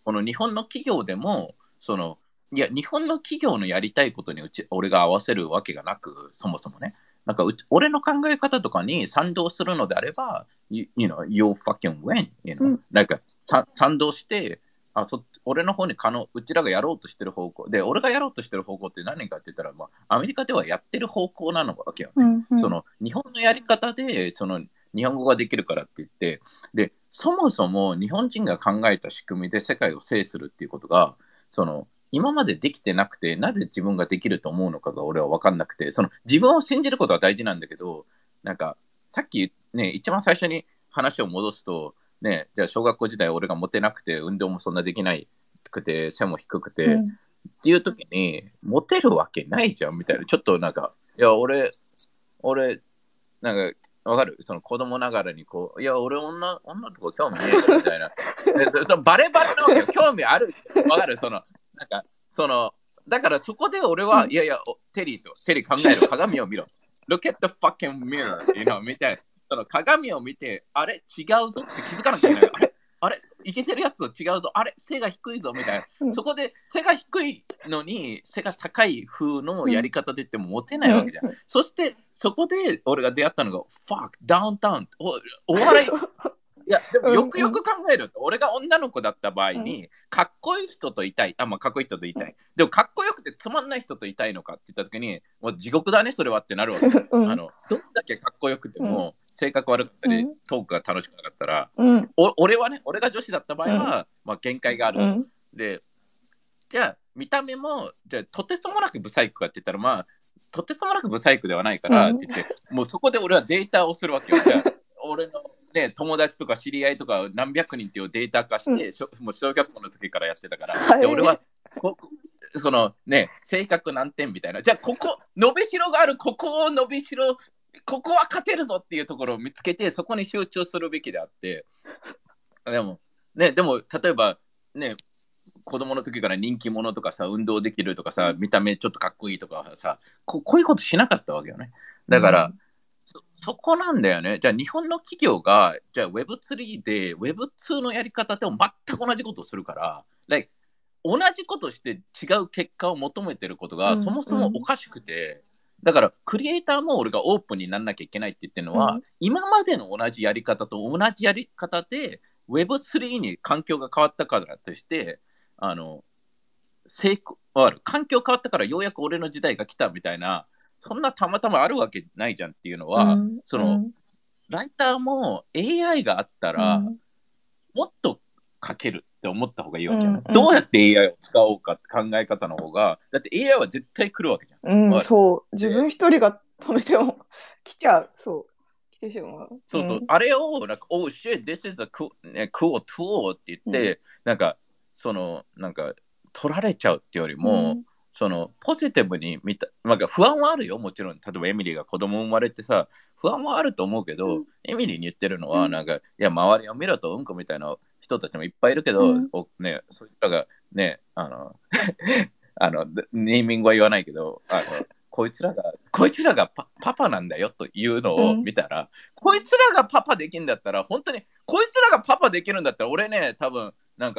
この日本の企業でも、いや、日本の企業のやりたいことに俺が合わせるわけがなく、そもそもね。なんか俺の考え方とかに賛同するのであれば、you'll fucking win, なんか賛同して、俺の方にうちらがやろうとしてる方向で、俺がやろうとしてる方向って何かって言ったら、アメリカではやってる方向なのわけよね。日本のやり方で、日本語ができるからって言って、で、そもそも日本人が考えた仕組みで世界を制するっていうことが、今までできてなくて、なぜ自分ができると思うのかが俺は分かんなくて、自分を信じることは大事なんだけど、なんか、さっきね、一番最初に話を戻すと、ね、じゃあ小学校時代俺がモテなくて、運動もそんなできないくて、背も低くて、っていう時に、モテるわけないじゃんみたいな。ちょっとなんか、いや、俺、なんか、わかる子供ながらにいや、俺女の子興味ねえみたいな。バレバレなわけよ。興味あるわかるなんか、だからそこで俺は、いやいや、テリー考えろ、鏡を見ろ。Look at the fucking mirror, みたいな。鏡を見て、あれ違うぞって気づかなきゃいけない。あれいけてるやつと違うぞ。あれ背が低いぞみたいな。そこで背が低いのに背が高い風のやり方で言ってもモテないわけじゃん。そしてそこで俺が出会ったのが、Fuck, ダウンタウン。お笑い。いや、でもよくよく考えると、俺が女の子だった場合に、かっこいい人といたい。かっこいい人といたい。でも、かっこよくてつまんない人といたいのかって言ったときに、もう地獄だね、それはってなるわけ。どんだけかっこよくても、性格悪かったり、トークが楽しくなかったら、俺はね、俺が女子だった場合は、限界がある。で、じゃあ、見た目も、じゃあ、とてつもなくブサイクかって言ったら、とてつもなくブサイクではないからって言って、もうそこで俺はデータをするわけよ。じゃあ俺のね、友達とか知り合いとか何百人っていうデータ化して、もう小学校の時からやってたから、で俺は性格何点みたいな、じゃあ伸びしろがある、ここは勝てるぞっていうところを見つけて、そこに集中するべきであって、でも例えばね、子供の時から人気者とかさ、運動できるとかさ、見た目ちょっとかっこいいとかさ、こういうことしなかったわけよね。だから、そこなんだよね。じゃあ日本の企業が、じゃあ Web3 で Web2 のやり方でも全く同じことをするから、同じことして違う結果を求めてることがそもそもおかしくて、だからクリエイターも俺がオープンにならなきゃいけないって言ってるのは、今までの同じやり方と同じやり方で Web3 に環境が変わったからとして、環境変わったからようやく俺の時代が来たみたいな、そんなたまたまあるわけないじゃんっていうのは、ライターも AI があったら、もっと書けるって思った方がいいわけじゃん。どうやって AI を使おうかって考え方の方が、だって AI は絶対来るわけじゃん。 そう。自分一人が止めても来ちゃう。そう。来てしまう。 そう。あれを、Oh shit, this is a cool tool って言って、なんか取られちゃうってよりも、ポジティブに見た、不安はあるよ、もちろん。例えばエミリーが子供生まれてさ、不安はあると思うけど、エミリーに言ってるのは、いや、周りを見ろとうんこみたいな人たちもいっぱいいるけど、そういったがね、ネーミングは言わないけど、こいつらがパパなんだよというのを見たら、こいつらがパパできるんだったら、本当に、こいつらがパパできるんだったら、俺ね、多分、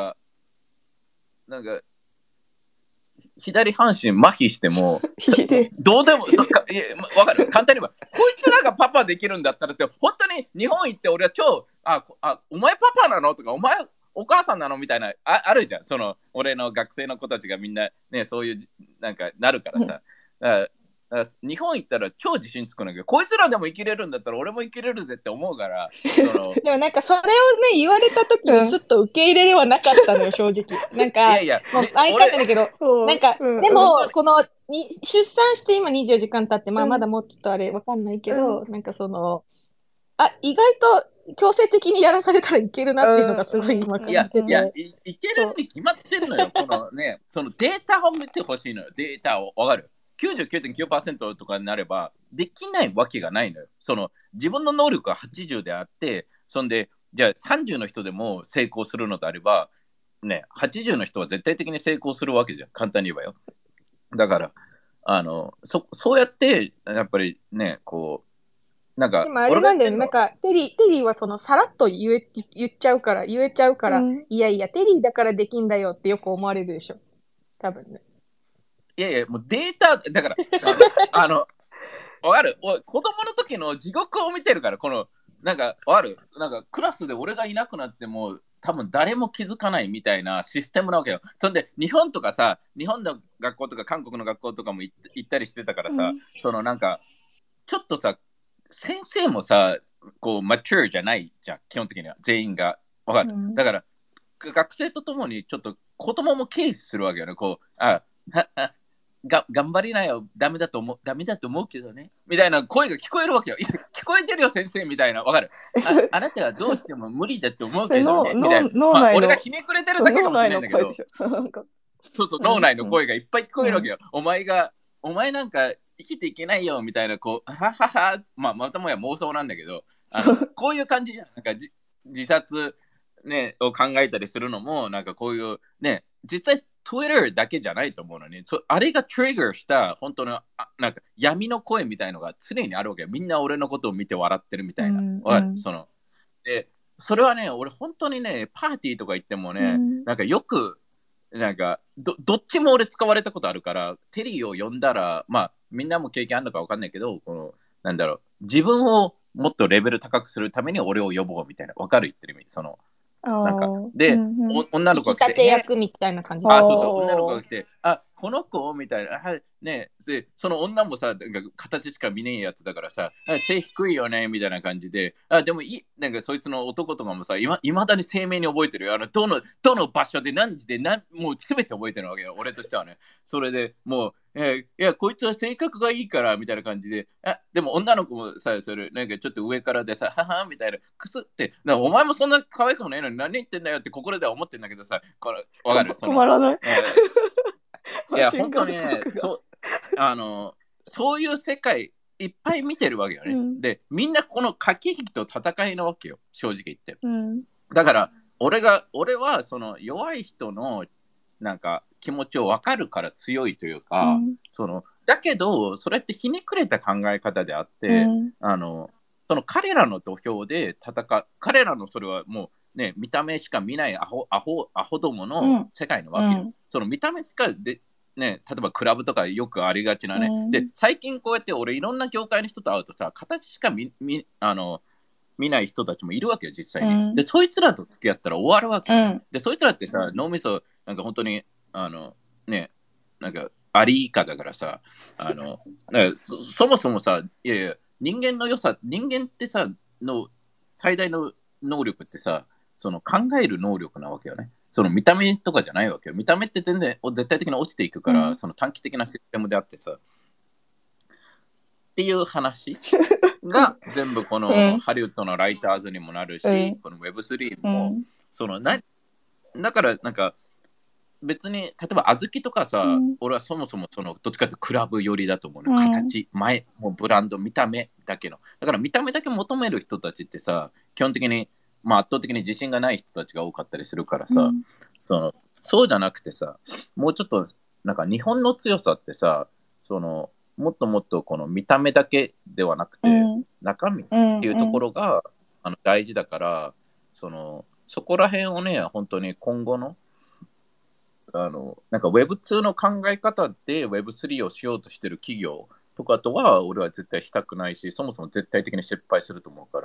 左半身麻痺しても、どうでも、わかる。簡単に言えば、こいつらがパパできるんだったらって、本当に日本行って俺はお前パパなのとか、お前お母さんなのみたいな、あるじゃん。俺の学生の子たちがみんな、ね、そういう、なるからさ。日本行ったら超自信つくんだけど、こいつらでも生きれるんだったら俺も生きれるぜって思うから、 でもそれをね、言われた時にずっと受け入れれはなかったのよ、正直。 いやもう相方だけど、でも、出産して今24時間経って、まだもうちょっとあれわかんないけど、意外と強制的にやらされたらいけるなっていうのがすごい今感じてて。 いけるに決まってるのよ。このね、データを見てほしいのよ。データを。わかる？ 99.9% とかになればできないわけがないのよ。自分の能力が80であって、じゃあ30の人でも成功するのであれば、ね、80の人は絶対的に成功するわけじゃん。簡単に言えばよ。だから、そうやって、やっぱりね、 なんか、 でもあれなんだよね。なんか、テリーはその、さらっと言えちゃうから、いやいや、テリーだからできんだよってよく思われるでしょ。多分ね。 いやいや、もうデータ、だから、わかる子供の時の地獄を見てるから、なんか、わかるなんか、クラスで俺がいなくなっても、多分誰も気づかないみたいなシステムなわけよ。そんで、日本とかさ、日本の学校とか韓国の学校とかも行ったりしてたからさ、なんか、ちょっとさ、先生もさ、マチュアじゃないじゃん、基本的には。全員が。わかる、だから、学生とともにちょっと子供も軽視するわけよね。頑張りなよ、ダメだと思うけどね。みたいな声が聞こえるわけよ。聞こえてるよ、先生みたいな。わかるあなたがどうしても無理だと思うけどね。みたいな。俺がひねくれてるだけかもしれないんだけど。そうそう、脳内の声がいっぱい聞こえるわけよ。お前なんか生きていけないよ、みたいな、ははは、またもや妄想なんだけど、こういう感じじゃん。なんか自殺、ね、を考えたりするのも、なんかこういう、ね、実際、Twitter だけじゃないと思うのに、あれがトリガーした本当のなんか闇の声みたいのが常にあるわけよ。みんな俺のことを見て笑ってるみたいな。で、それはね、俺本当にね、パーティーとか行ってもね、なんかよく、なんかどっちも俺使われたことあるから、テリーを呼んだら、みんなも経験あるのか分かんないけど、なんだろう、自分をもっとレベル高くするために俺を呼ぼうみたいな。分かる言ってる意味。なんか、で、女の子が来て、引き立て役みたいな感じ。 そうそう、女の子が来て、この子みたいな、ね、で、その女もさ、なんか形しか見ねえやつだからさ、背低いよね、みたいな感じで、でもなんかそいつの男とかもさ、いまだに鮮明に覚えてるよ。どの場所で何時で、もう全て覚えてるわけよ、俺としてはね。それでもう、いや、こいつは性格がいいから、みたいな感じで、でも女の子もさ、それ、なんかちょっと上からでさ、ははみたいな、くすって、お前もそんな可愛くもないのに何言ってんだよって心では思ってんだけどさ、わかる止まらない。 いや、本当にね、そういう世界いっぱい見てるわけよね。で、みんなこの駆け引きと戦いなわけよ、正直言って。だから、俺はその弱い人のなんか気持ちを分かるから強いというか、だけど、それってひねくれた考え方であって、その彼らの土俵で彼らのそれはもうね、見た目しか見ないアホどもの世界のわけよ。その見た目しかね、例えばクラブとかよくありがちなね。で、最近こうやって俺いろんな業界の人と会うとさ、形しか見ない人たちもいるわけよ、実際に。で、そいつらと付き合ったら終わるわけよ。で、そいつらってさ、脳みそ、なんか本当に、ね、なんか、あり以下だからさ、そもそもさ、いやいや、人間ってさ、の最大の能力ってさ、その考える能力なわけよね。その見た目とかじゃないわけよ。見た目って全然絶対的に落ちていくから、その短期的なシステムであってさ、っていう話が全部このハリウッドのライターズにもなるし、この Web3 も、だからなんか別に例えば小豆とかさ、俺はそもそもどっちかっていうとクラブ寄りだと思うの、形、もうブランド、見た目だけの。だから見た目だけ求める人たちってさ、基本的に、圧倒的に自信がない人たちが多かったりするからさ、そうじゃなくてさ、もうちょっとなんか日本の強さってさ、もっともっとこの見た目だけではなくて、中身っていうところが、大事だから、そこら辺をね、本当に今後のなんか Web2 の考え方で Web3 をしようとしてる企業とかとは俺は絶対したくないし、そもそも絶対的に失敗すると思うから、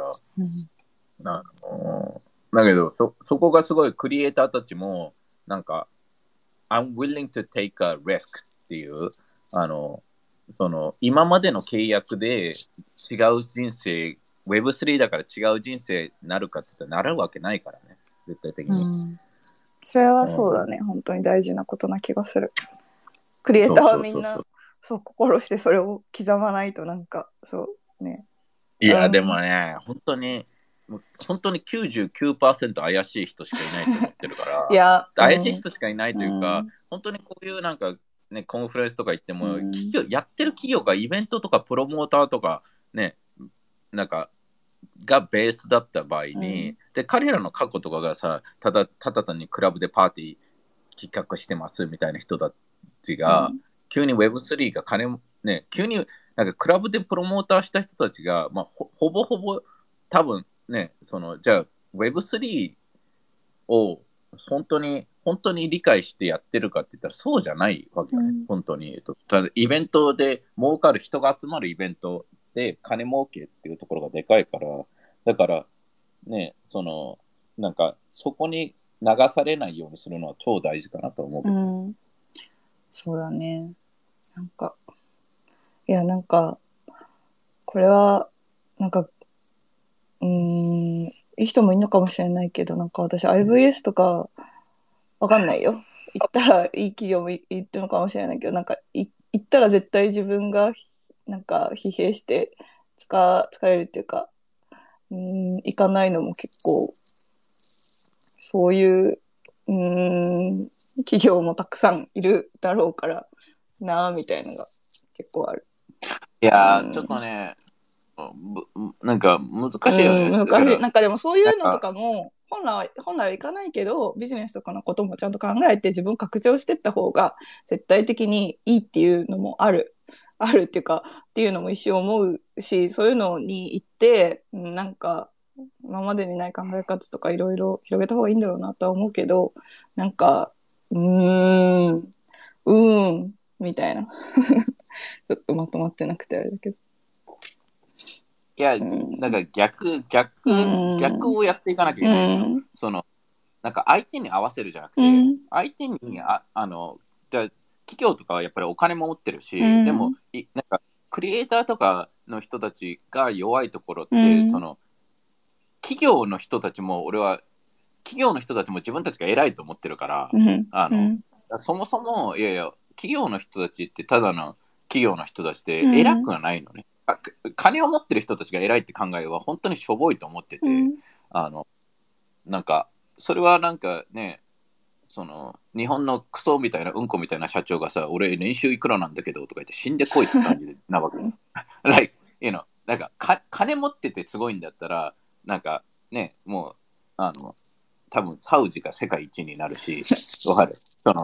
だけどそこがすごいクリエイターたちもなんか I'm willing to take a risk っていう今までの契約で違う人生 Web3 だから違う人生になるかって言ったらなるわけないからね、絶対的に。 それはそうだね、本当に大事なことな気がする。クリエイターはみんな心してそれを刻まないとなんかそうね。 いや、でもね、本当に 99% 怪しい人しかいないと思ってるからいや、 怪しい人しかいないというか、本当にこういうなんかね、コンフレンスとか行っても、やってる企業がイベントとかプロモーターとかね、なんかがベースだった場合に、で彼らの過去とかがさ、ただ単にクラブでパーティー企画してますみたいな人たちが、急に Web3 が急になんかクラブでプロモーターした人たちが、まあ、ほぼほぼ多分ね、じゃあ Web3 を本当に理解してやってるかって言ったらそうじゃないわけよね、本当に言うと。ただイベントで儲かる、人が集まるイベントで金儲けっていうところがでかいから、だからね、なんかそこに流されないようにするのは超大事かなと思うけど、 そうだね。なんか、いや、なんか、これは、なんか、いい人もいるのかもしれないけど、なんか私 IVS とかわかんないよ。行ったらいい企業もいるのかもしれないけど、なんか行ったら絶対自分がなんか疲弊して疲れるっていうか、行かないのも結構、そういう、企業もたくさんいるだろうからなあみたいなのが結構ある。 いやー、ちょっとね、なんか難しいよね。 難しい。なんかでもそういうのとかも、本来はいかないけど、ビジネスとかのこともちゃんと考えて自分拡張していった方が絶対的にいいっていうのもある。あるっていうか、っていうのも一瞬思うし、そういうのに行って、なんか、今までにない考え方とかいろいろ広げた方がいいんだろうなとは思うけど、なんか、みたいな。ちょっとまとまってなくてあれだけど。 いや、なんか逆をやっていかなきゃいけないのよ。なんか相手に合わせるじゃなくて、相手に企業とかはやっぱりお金も持ってるし、でもなんかクリエイターとかの人たちが弱いところって、企業の人たちも自分たちが偉いと思ってるから、そもそもいやいや企業の人たちってただの企業の人たちで偉くはないのね。金を持ってる人たちが偉いって考えは本当にしょぼいと思ってて、なんかそれはなんかね、日本のクソみたいなうんこみたいな社長がさ、俺年収いくらなんだけどとか言って死んでこいって感じなわけ。like, なんか金持っててすごいんだったら、なんかね、もう多分サウジが世界一になるし、わかる。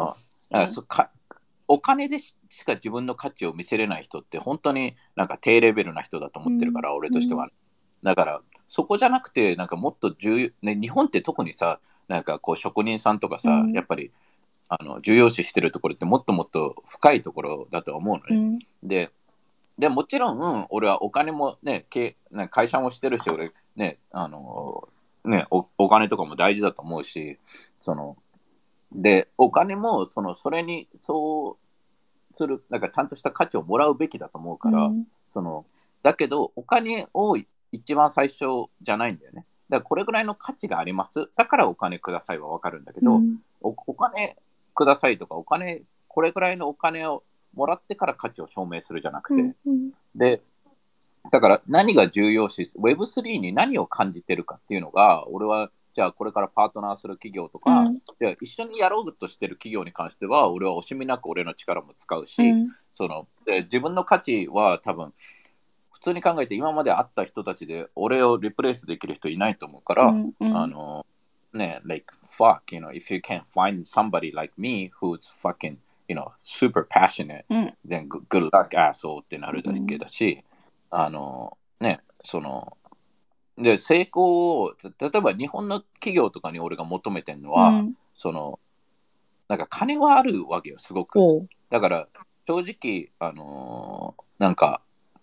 お金でしか自分の価値を見せれない人って本当になんか低レベルな人だと思ってるから、俺としては。だからそこじゃなくて、なんかもっと日本って特にさ、なんかこう職人さんとかさ、やっぱり重要視してるところってもっともっと深いところだと思うのね。でもちろん、俺はお金もね、会社もしてるし、俺ね、お金とかも大事だと思うし、で、お金もそれにそうする、なんかちゃんとした価値をもらうべきだと思うから、だけど、お金を一番最初じゃないんだよね。だからこれぐらいの価値があります。だからお金くださいはわかるんだけど、お金くださいとか、これぐらいのお金をもらってから価値を証明するじゃなくて、で、だから何が重要視、Web3 に何を感じてるかっていうのが、俺はじゃあこれからパートナーする企業とか、じゃあ一緒にやろうとしてる企業に関しては、俺は惜しみなく俺の力も使うし、で自分の価値は多分、普通に考えて今まで会った人たちで俺をリプレイスできる人いないと思うから、like fuck, if you can't find somebody like me who's fucking, super passionate, then good luck asshole ってなるだけだし、で、成功を、例えば日本の企業とかに俺が求めてるのは、なんか金はあるわけよ、すごく。だから、正直、なんか、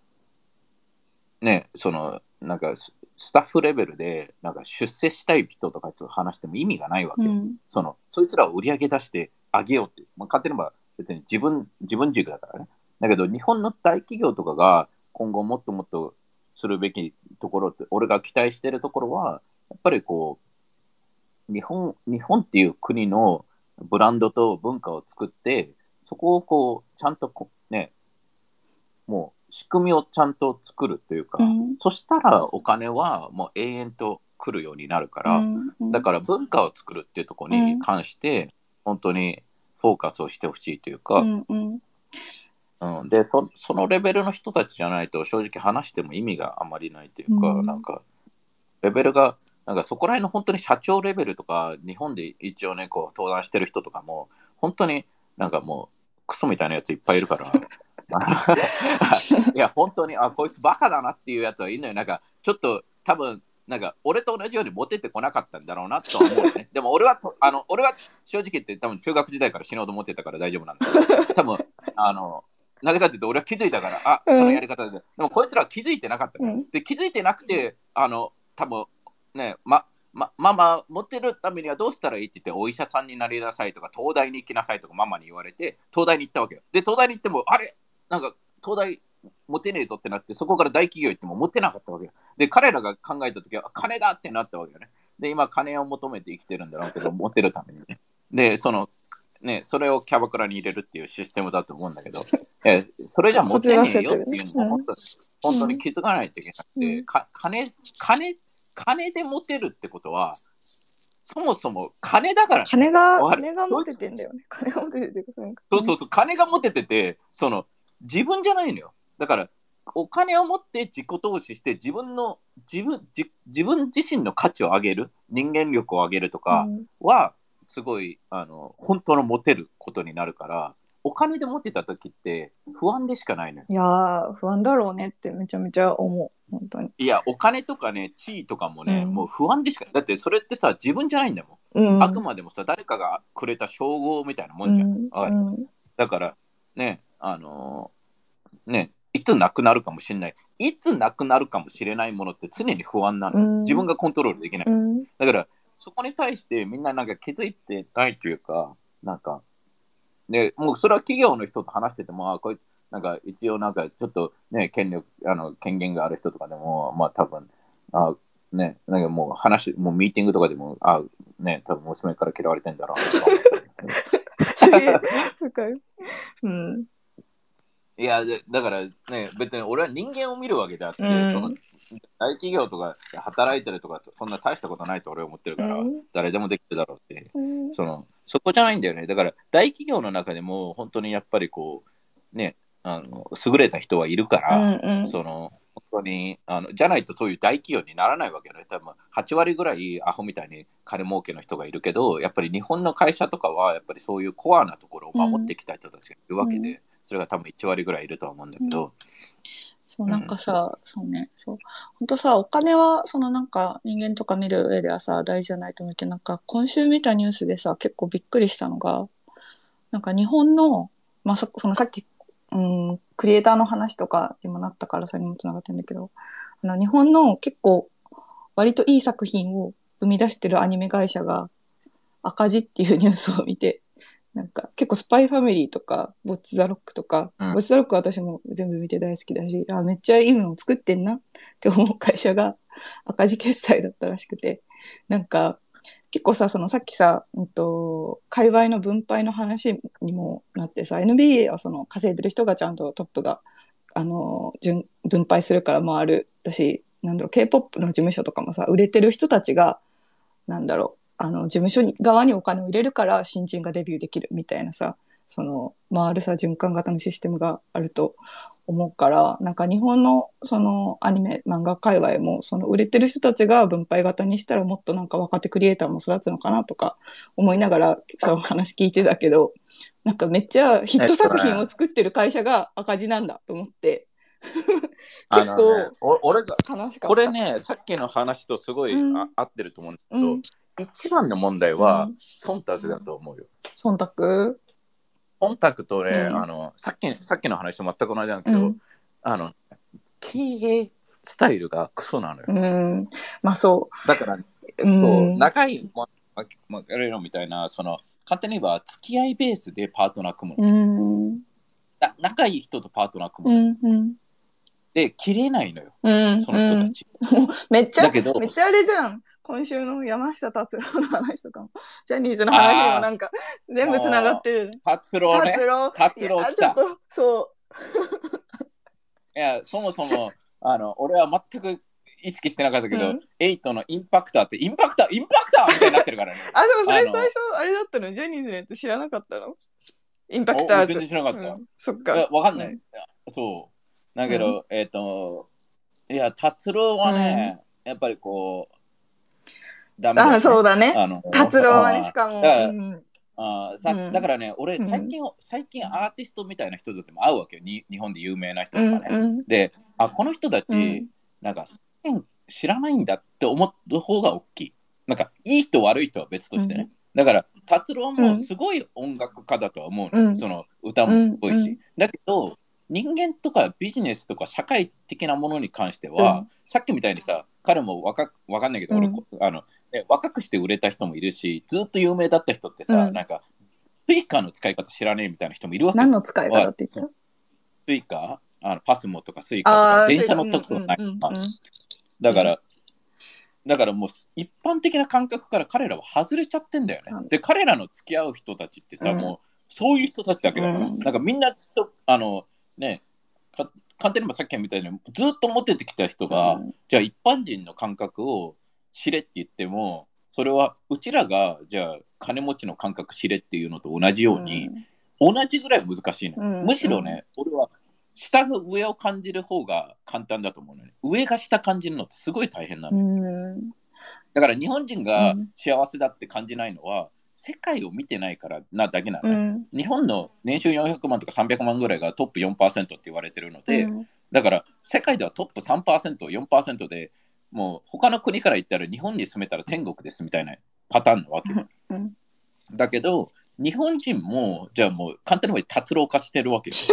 ね、なんか、スタッフレベルで、なんか出世したい人とかと話しても意味がないわけよ。そいつらを売り上げ出してあげようって。勝手に言えば別に自分軸だからね。だけど、日本の大企業とかが今後もっともっとするべきところって、俺が期待してるところは、やっぱりこう、日本っていう国のブランドと文化を作って、そこをこう、ちゃんとね、もう仕組みをちゃんと作るというか、そしたらお金はもう永遠と来るようになるから、だから文化を作るっていうところに関して、本当にフォーカスをしてほしいというか、でそのレベルの人たちじゃないと正直話しても意味があまりないというか、なんかレベルがなんかそこら辺の本当に社長レベルとか、日本で一応ねこう登壇してる人とかも本当になんかもうクソみたいなやついっぱいいるからいや、本当に、こいつバカだなっていうやつはいるのよ。なんか、ちょっと多分、なんか、俺と同じようにモテてこなかったんだろうなとは思うよね。でも俺は正直言って、多分中学時代から死のうと思ってたから大丈夫なんだけど、多分、なぜかというと、俺は気づいたから、そのやり方で。でも、こいつらは気づいてなかったから。で、気づいてなくて、多分ね、ママ、モテるためにはどうしたらいいって言って、お医者さんになりなさいとか、東大に行きなさいとか、ママに言われて、東大に行ったわけよ。で、東大に行っても、あれなんか、東大モテねえぞってなって、そこから大企業行ってもモテなかったわけよ。で、彼らが考えたときは、金だってなったわけよね。で、今、金を求めて生きてるんだろうけど、モテるためにね。で、それをキャバクラに入れるっていうシステムだと思うんだけど、それじゃモテねえよっていうのも本当に気づかないといけなくて、金でモテるってことは、そもそも金だから、 金がモテてんだよね。金がモテてて、 そう、金がモテてて、自分じゃないのよ。だから、お金を持って自己投資して自分自身の価値を上げる、人間力を上げるとかは、すごい本当のモテることになるから、お金で持ってた時って不安でしかないのよ。 いやー、不安だろうねってめちゃめちゃ思う、本当に。 いや、お金とかね、地位とかもね、もう不安でしかない。だってそれってさ、自分じゃないんだもん。あくまでもさ、誰かがくれた称号みたいなもんじゃん。だから、ね、いつなくなるかもしれない。いつなくなるかもしれないものって常に不安なの。自分がコントロールできない。だから、そこに対してみんななんか気づいてないというか、なんか、で、もうそれは企業の人と話してても、こいつ、なんか一応なんかちょっとね、権限がある人とかでも、まあ多分、なんかもうミーティングとかでも、多分娘から嫌われてんだろうなすげえ、深い。 いや、だからね、別に俺は人間を見るわけであって、大企業とか働いてるとか、そんな大したことないと俺は思ってるから、誰でもできるだろうって、そこじゃないんだよね。だから大企業の中でも本当にやっぱりこう、ね、優れた人はいるから、本当にじゃないとそういう大企業にならないわけね。多分8割ぐらいアホみたいに金儲けの人がいるけど、やっぱり日本の会社とかはやっぱりそういうコアなところを守ってきた人たちがいるわけで、それが多分1割ぐらいいるとは思うんだけど、 そう、なんかさ、そうね、そう。本当さ、お金は、なんか人間とか見る上ではさ、大事じゃないと思うけど、なんか今週見たニュースでさ、結構びっくりしたのが、なんか日本の、まあ、さっき、クリエイターの話とかにもなったからさ、にもつながってるんだけど、日本の結構、割といい作品を生み出してるアニメ会社が赤字っていうニュースを見て、なんか結構スパイファミリーとか、ウォッチザロックとか、ウォッチザロックは私も全部見て大好きだし、めっちゃいいものを作ってんなって思う会社が赤字決済だったらしくて、なんか結構さ、さっきさ、界隈の分配の話にもなってさ、NBA は稼いでる人がちゃんとトップが、分配するから回るだし、K-POP の事務所とかもさ、売れてる人たちが、事務所側にお金を入れるから新人がデビューできるみたいなさ、回るさ、循環型のシステムがあると思うから、なんか日本のアニメ、漫画界隈も売れてる人たちが分配型にしたらもっとなんか若手クリエイターも育つのかなとか思いながらその話聞いてたけど、なんかめっちゃヒット作品を作ってる会社が赤字なんだと思って、結構俺が悲しかった。 これね、さっきの話とすごい合ってると思うんですけど、一番の問題は忖度だと思うよ。 忖度とね、さっきの話と全く同じなんだけど、経営スタイルがクソなのよ。 まあそう。 だから、長いみたいな、簡単に言えば付き合いベースでパートナー組む。仲いい人とパートナー組む。で、切れないのよ、その人たち。 めっちゃあれじゃん。今週の山下達郎の話とかも、ジャニーズの話にもなんか全部つながってる。 達郎ね。達郎ちょっと、そう。 いや、そもそも、俺は全く意識してなかったけど、エイトのインパクターってインパクターみたいになってるからね。 でもそれ最初、あれだったの？ジャニーズのやつ知らなかったの？インパクターズ。 全然知らなかった。 そっか。 わかんない。そう。だけど、いや、達郎はね、やっぱりこう、ダメだね。 そうだね。達郎はね、しかも。 だからね、俺最近アーティストみたいな人とも会うわけよ。日本で有名な人とかね。で、この人たち、なんか知らないんだって思った方が大きい。なんかいい人悪い人は別としてね。だから達郎もすごい音楽家だとは思うの、その歌もすごいし、だけど人間とかビジネスとか社会的なものに関しては、さっきみたいにさ、彼もわかんないけど、若くして売れた人もいるし、ずっと有名だった人ってさ、なんかスイカの使い方知らねえみたいな人もいるわけ。 何の使い方って言った？ スイカ、パスモとかスイカとか電車乗ったことない。だからもう一般的な感覚から彼らは外れちゃってんだよね。で、彼らの付き合う人たちってさ、もうそういう人たちだけだから、なんかみんなと簡単にもさっきみたいにずっとモテてきた人が、じゃあ一般人の感覚を知れって言っても、それはうちらがじゃあ金持ちの感覚知れっていうのと同じように、同じぐらい難しいの。むしろね、俺は下が上を感じる方が簡単だと思うのね。上が下感じるのってすごい大変なの。だから日本人が幸せだって感じないのは、世界を見てないからなだけなのね。日本の年収400万とか300万ぐらいがトップ 4% って言われてるので、だから世界ではトップ 3%、4% で、もう他の国から言ったら日本に住めたら天国ですみたいなパターンなわけよ。だけど日本人もじゃあもう簡単に言うと達郎化してるわけよ。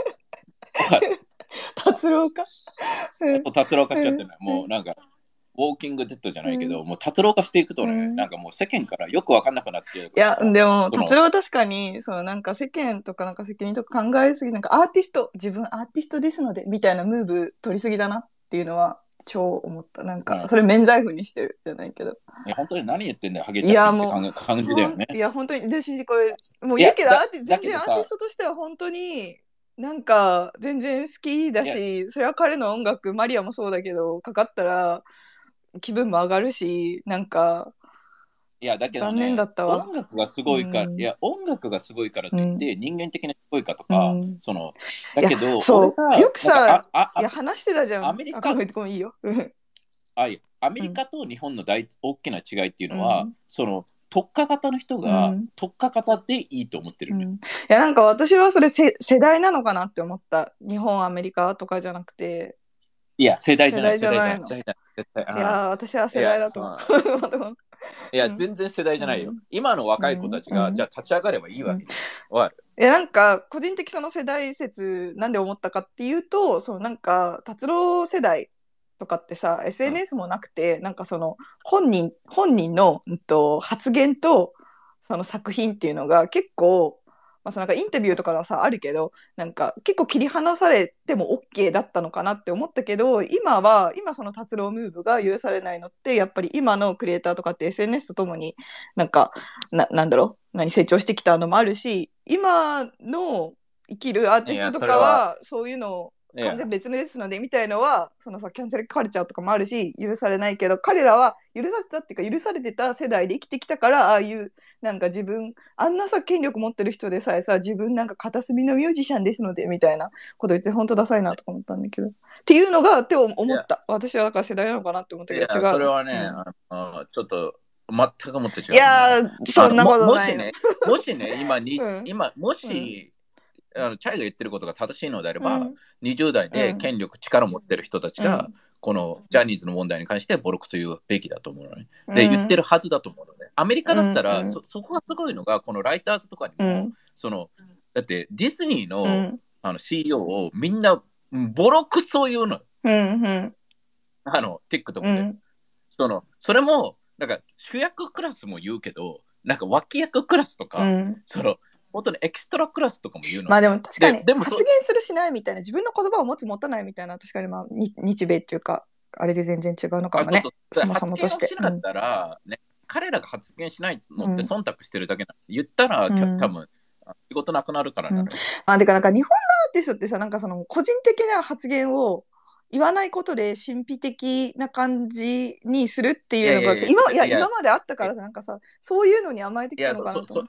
達郎化達郎化しちゃってるのよ。もうなんかウォーキングデッドじゃないけど、もう達郎化していくとね、なんかもう世間からよく分かんなくなっちゃう。いや、でも達郎は確かにそのなんか世間とかなんか責任とか考えすぎ、なんか自分アーティストですのでみたいなムーブ取りすぎだなっていうのは超思った。なんかそれ免罪符にしてるじゃないけど、 本当に何言ってんだよハゲちゃって感じだよね。 いや本当に私これもう言うけど、全然アーティストとしては本当になんか全然好きだし、それは彼の音楽マリアもそうだけどかかったら気分も上がるし、なんかだけど、ね、 残念だったわ。 音楽がすごいから、音楽がすごいからといって、人間的にすごいかとか、だけどそうよくさ話してたじゃん。 アメリカいいよアメリカと日本の大きな違いっていうのは、その特化型の人が特化型でいいと思ってる、 いやなんか私はそれ世代なのかなって思った。日本アメリカとかじゃなくて、 いや世代じゃないの。いや私は世代だと思う。 いや全然世代じゃないよ。今の若い子たちがじゃあ立ち上がればいいわけ。 いやなんか個人的その世代説なんで思ったかっていうと、そのなんか達郎世代とかってさ SNS もなくて、なんかその本人の、発言とその作品っていうのが結構、そのなんかインタビューとかはさあるけど、なんか結構切り離されても OK だったのかなって思ったけど、今その達郎ムーブが許されないのって、やっぱり今のクリエイターとかって SNS とともになんかなんだろう成長してきたのもあるし、今の生きるアーティストとかはそういうのを完全別ですのでみたいのは、そのさキャンセルカルチャーとかもあるし許されないけど、彼らは許されたっていうか許されてた世代で生きてきたから、ああいうなんか自分あんなさ権力持ってる人でさえさ、自分なんか片隅のミュージシャンですのでみたいなこと言って本当ダサいなとか思ったんだけど、っていうのがって思った。私はだから世代なのかなって思ったけど違う。 それはね、ちょっと全くもって違う。 いやそんなことないの。 もしね今もし、チャイが言ってることが正しいのであれば、20代で権力、力を持ってる人たちが、このジャニーズの問題に関してボロクソ言うべきだと思うのね。で、言ってるはずだと思うのね。アメリカだったら、そこがすごいのが、このライターズとかにも、だってディズニーの、CEO をみんなボロクソ言うの。TikTok で。それも、なんか主役クラスも言うけど、なんか脇役クラスとか、本当にエキストラクラスとかも言うの。 でも確かに発言するしないみたいな、自分の言葉を持つ持たないみたいな、確かに日米っていうかあれで全然違うのかもね。そもそもとして。 発言しなかったら、彼らが発言しないのって忖度してるだけなの。言ったら、多分仕事なくなるからなる。 てかなんか日本のアーティストってさ、なんかその個人的な発言を言わないことで神秘的な感じにするっていうのが今まであったからさ、なんかさそういうのに甘えてきたのかなと思って。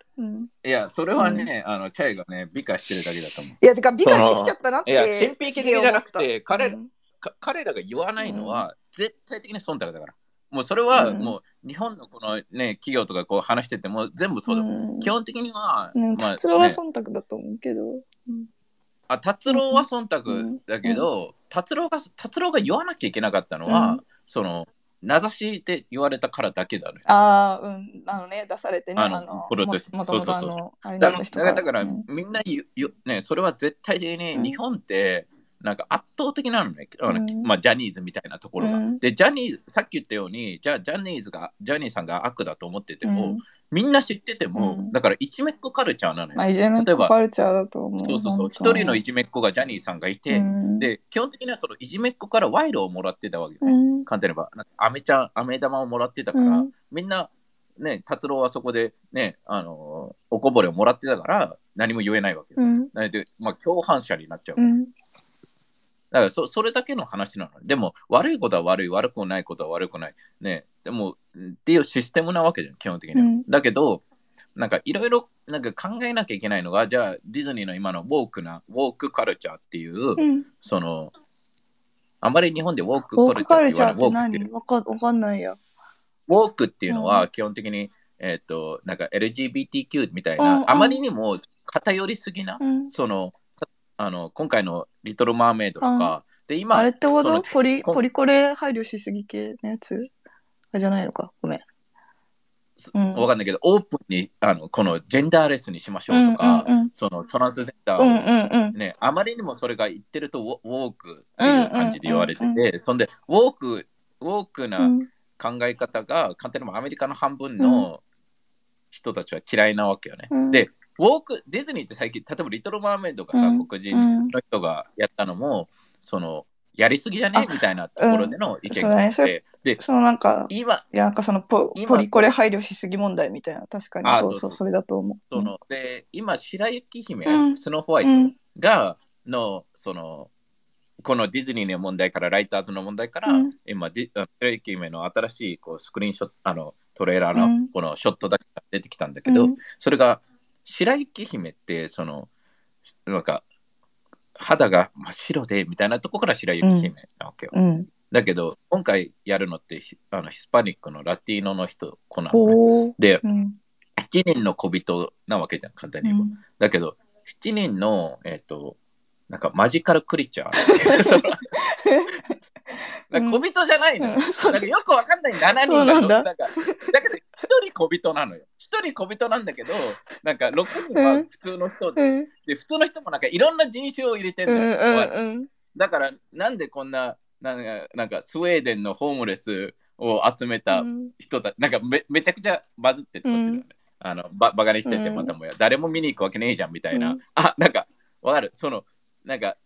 いやそれはね、チャイがね美化してるだけだと思う。 いやてか美化してきちゃったなって。いや神秘的じゃなくて彼らが言わないのは絶対的に忖度だから。 もうそれはもう日本のこのね、企業とかこう話してても全部そうだ。基本的には、 達郎は忖度だと思うけど。 達郎は忖度だけど、達郎が言わなきゃいけなかったのは、その、名指しで言われたからだけだね。 出されてね、 プロテスト。そうそうそう。だから、みんなね、それは絶対的に日本って、なんか圧倒的なのね、ジャニーズみたいなところが。で、さっき言ったように、ジャニーさんが悪だと思ってても、みんな知ってても、だからいじめっ子カルチャーなのよ。 いじめっ子カルチャーだと思う。 そう。一人のいじめっ子がジャニーさんがいて、で、基本的にはそのいじめっ子から賄賂をもらってたわけよ。簡単に言えば、飴玉をもらってたから、みんな、ね、達郎はそこでね、おこぼれをもらってたから、何も言えないわけよ。なので、共犯者になっちゃう。だからそれだけの話なの。でも、悪いことは悪い、悪くないことは悪くない。ね、でも、っていうシステムなわけじゃん、基本的には。だけど、なんかいろいろ考えなきゃいけないのが、じゃあディズニーの今のウォークカルチャーっていう、その、あまり日本でウォークカルチャーって言わない。 ウォークカルチャーって何？わかんないや。 ウォークっていうのは基本的に、なんか LGBTQ みたいな、あまりにも偏りすぎな、その、今回のリトル・マーメイドとか、で今あれってことポリコレ配慮しすぎ系のやつじゃないのか、ごめん。 わかんないけど、オープンにこのジェンダーレスにしましょうとか、そのトランスジェンダーを、ね、あまりにもそれが言ってるとウォークっていう感じで言われてて、そんでウォークな考え方が簡単にもアメリカの半分の人たちは嫌いなわけよね。で、ディズニーって最近、例えばリトル・マーメイドがさ、黒人の人がやったのも、その、やりすぎじゃねみたいなところでの意見があって、で、 なんかそのポリコレ配慮しすぎ問題みたいな、確かにそう、それだと思う。 で、今、白雪姫、スノーホワイトが、その、このディズニーの問題から、ライターズの問題から、今、白雪姫の新しいスクリーンショット、トレーラーのこのショットだけが出てきたんだけど、それが、白雪姫って、その、なんか、肌が真っ白でみたいなとこから白雪姫なわけよ。だけど、今回やるのって、ヒスパニックのラティーノの子なのね。で、7人の小人なわけじゃん、簡単に言えば。だけど、7人の、なんかマジカルクリーチャー。小人じゃないのよ。なんかよくわかんない7人がだけど1人小人なのよ。1人小人なんだけど、なんか6人は普通の人で、普通の人もなんかいろんな人種を入れてるのよ。だからなんでこんな、なんかスウェーデンのホームレスを集めた人だ、なんかめちゃくちゃバズっててこっちだね。バカにしててまたもや、誰も見に行くわけねえじゃんみたいな。なんかわかる。なんか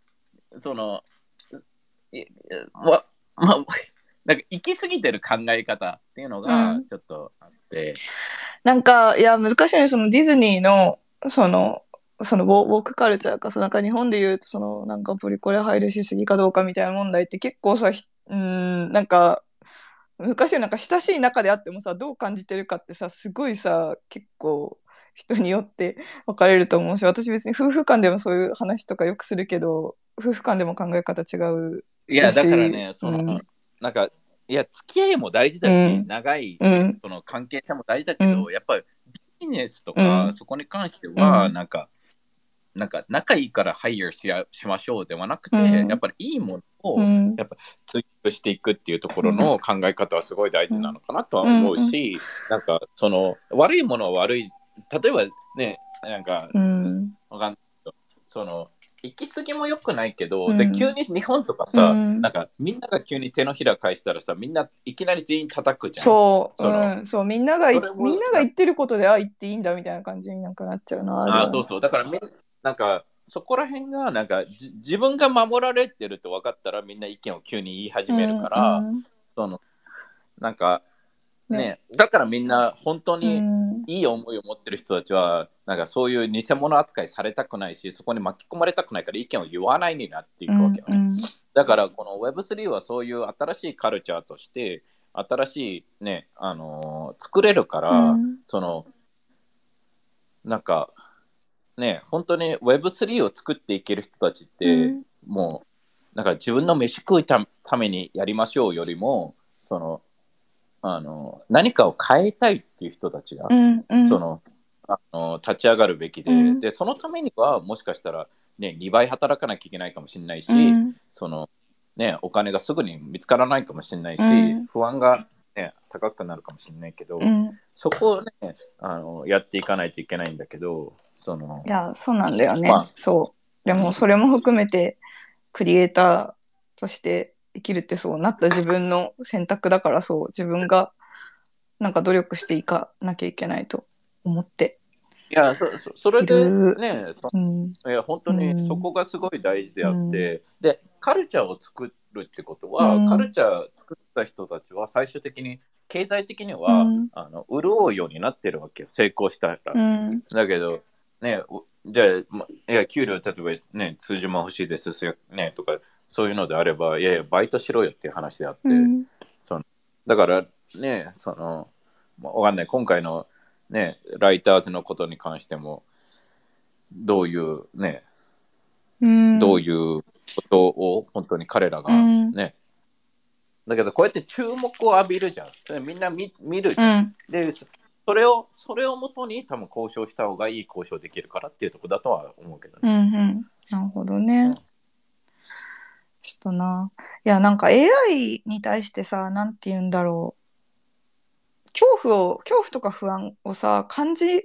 なんか行き過ぎてる考え方っていうのがちょっとあって、 なんかいや難しいね。そのディズニーのそのウォークカルチャーか、なんか日本で言うとそのなんかポリコレ配慮しすぎかどうかみたいな問題って結構さ、なんか難しい。なんか親しい中であってもさ、どう感じてるかってさ、すごいさ、結構人によって分かれると思うし、私別に夫婦間でもそういう話とかよくするけど、夫婦間でも考え方違う。 いやだからね、なんかいや付き合いも大事だし、長いその関係性も大事だけど、やっぱりビジネスとか、そこに関してはなんか仲いいからハイヤーしましょうではなくて、やっぱりいいものをやっぱ追求していくっていうところの考え方はすごい大事なのかなとは思うし、なんかその悪いものは悪い、例えばね、なんか、わかんないけど、その行き過ぎも良くないけど、で急に日本とかさ、なんかみんなが急に手のひら返したらさ、みんないきなり全員叩くじゃん。 そうみんなが言ってることで言っていいんだみたいな感じになんかなっちゃうな。 そうだからなんかそこら辺がなんか自分が守られてると分かったらみんな意見を急に言い始めるから、そのなんかね、だからみんな本当にいい思いを持ってる人たちはなんかそういう偽物扱いされたくないし、そこに巻き込まれたくないから意見を言わないになっていくわけよね。だからこの Web3 はそういう新しいカルチャーとして新しいね、作れるから、そのなんかね、本当に Web3 を作っていける人たちって、もうなんか自分の飯食うためにやりましょうよりも、その何かを変えたいっていう人たちが、その立ち上がるべきで、でそのためにはもしかしたら、ね、2倍働かなきゃいけないかもしれないし、そのね、お金がすぐに見つからないかもしれないし、不安が、ね、高くなるかもしれないけど、そこをねやっていかないといけないんだけど、 いやそうなんだよね、そうでもそれも含めてクリエイターとして生きるってそうなった自分の選択だから、そう自分がなんか努力していかなきゃいけないと思って。 いやそれでね、いや本当にそこがすごい大事であって、でカルチャーを作るってことは、カルチャー作った人たちは最終的に経済的には、潤うようになってるわけよ、成功したら、だけどね、じゃあいや給料例えばね数十万欲しいですねとかそういうのであれば、いやいやバイトしろよっていう話であって、だからねわかんない、今回のね、ライターズのことに関してもどういうね、どういうことを本当に彼らがね、だけどこうやって注目を浴びるじゃん、みんな 見るじゃん、でそれをもとに多分交渉した方がいい交渉できるからっていうところだとは思うけどね。 なるほどね。ちょっとな、いやなんか AI に対してさ、なんて言うんだろう、恐怖とか不安をさ感じ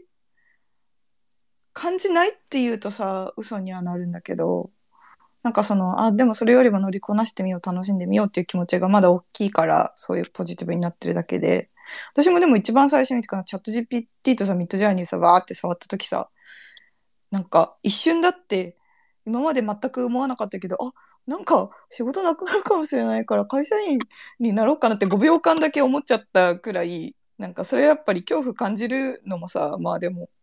ないっていうとさ嘘にはなるんだけど、なんかでもそれよりも乗りこなしてみよう、楽しんでみようっていう気持ちがまだ大きいから、そういうポジティブになってるだけで、私もでも一番最初にチャット GPT とさミッドジャーニーさバーって触った時さ、なんか一瞬だって今まで全く思わなかったけど、なんか仕事なくなるかもしれないから会社員になろうかなって5秒間だけ思っちゃったくらい、なんかそれやっぱり恐怖感じるのもさ、まあでも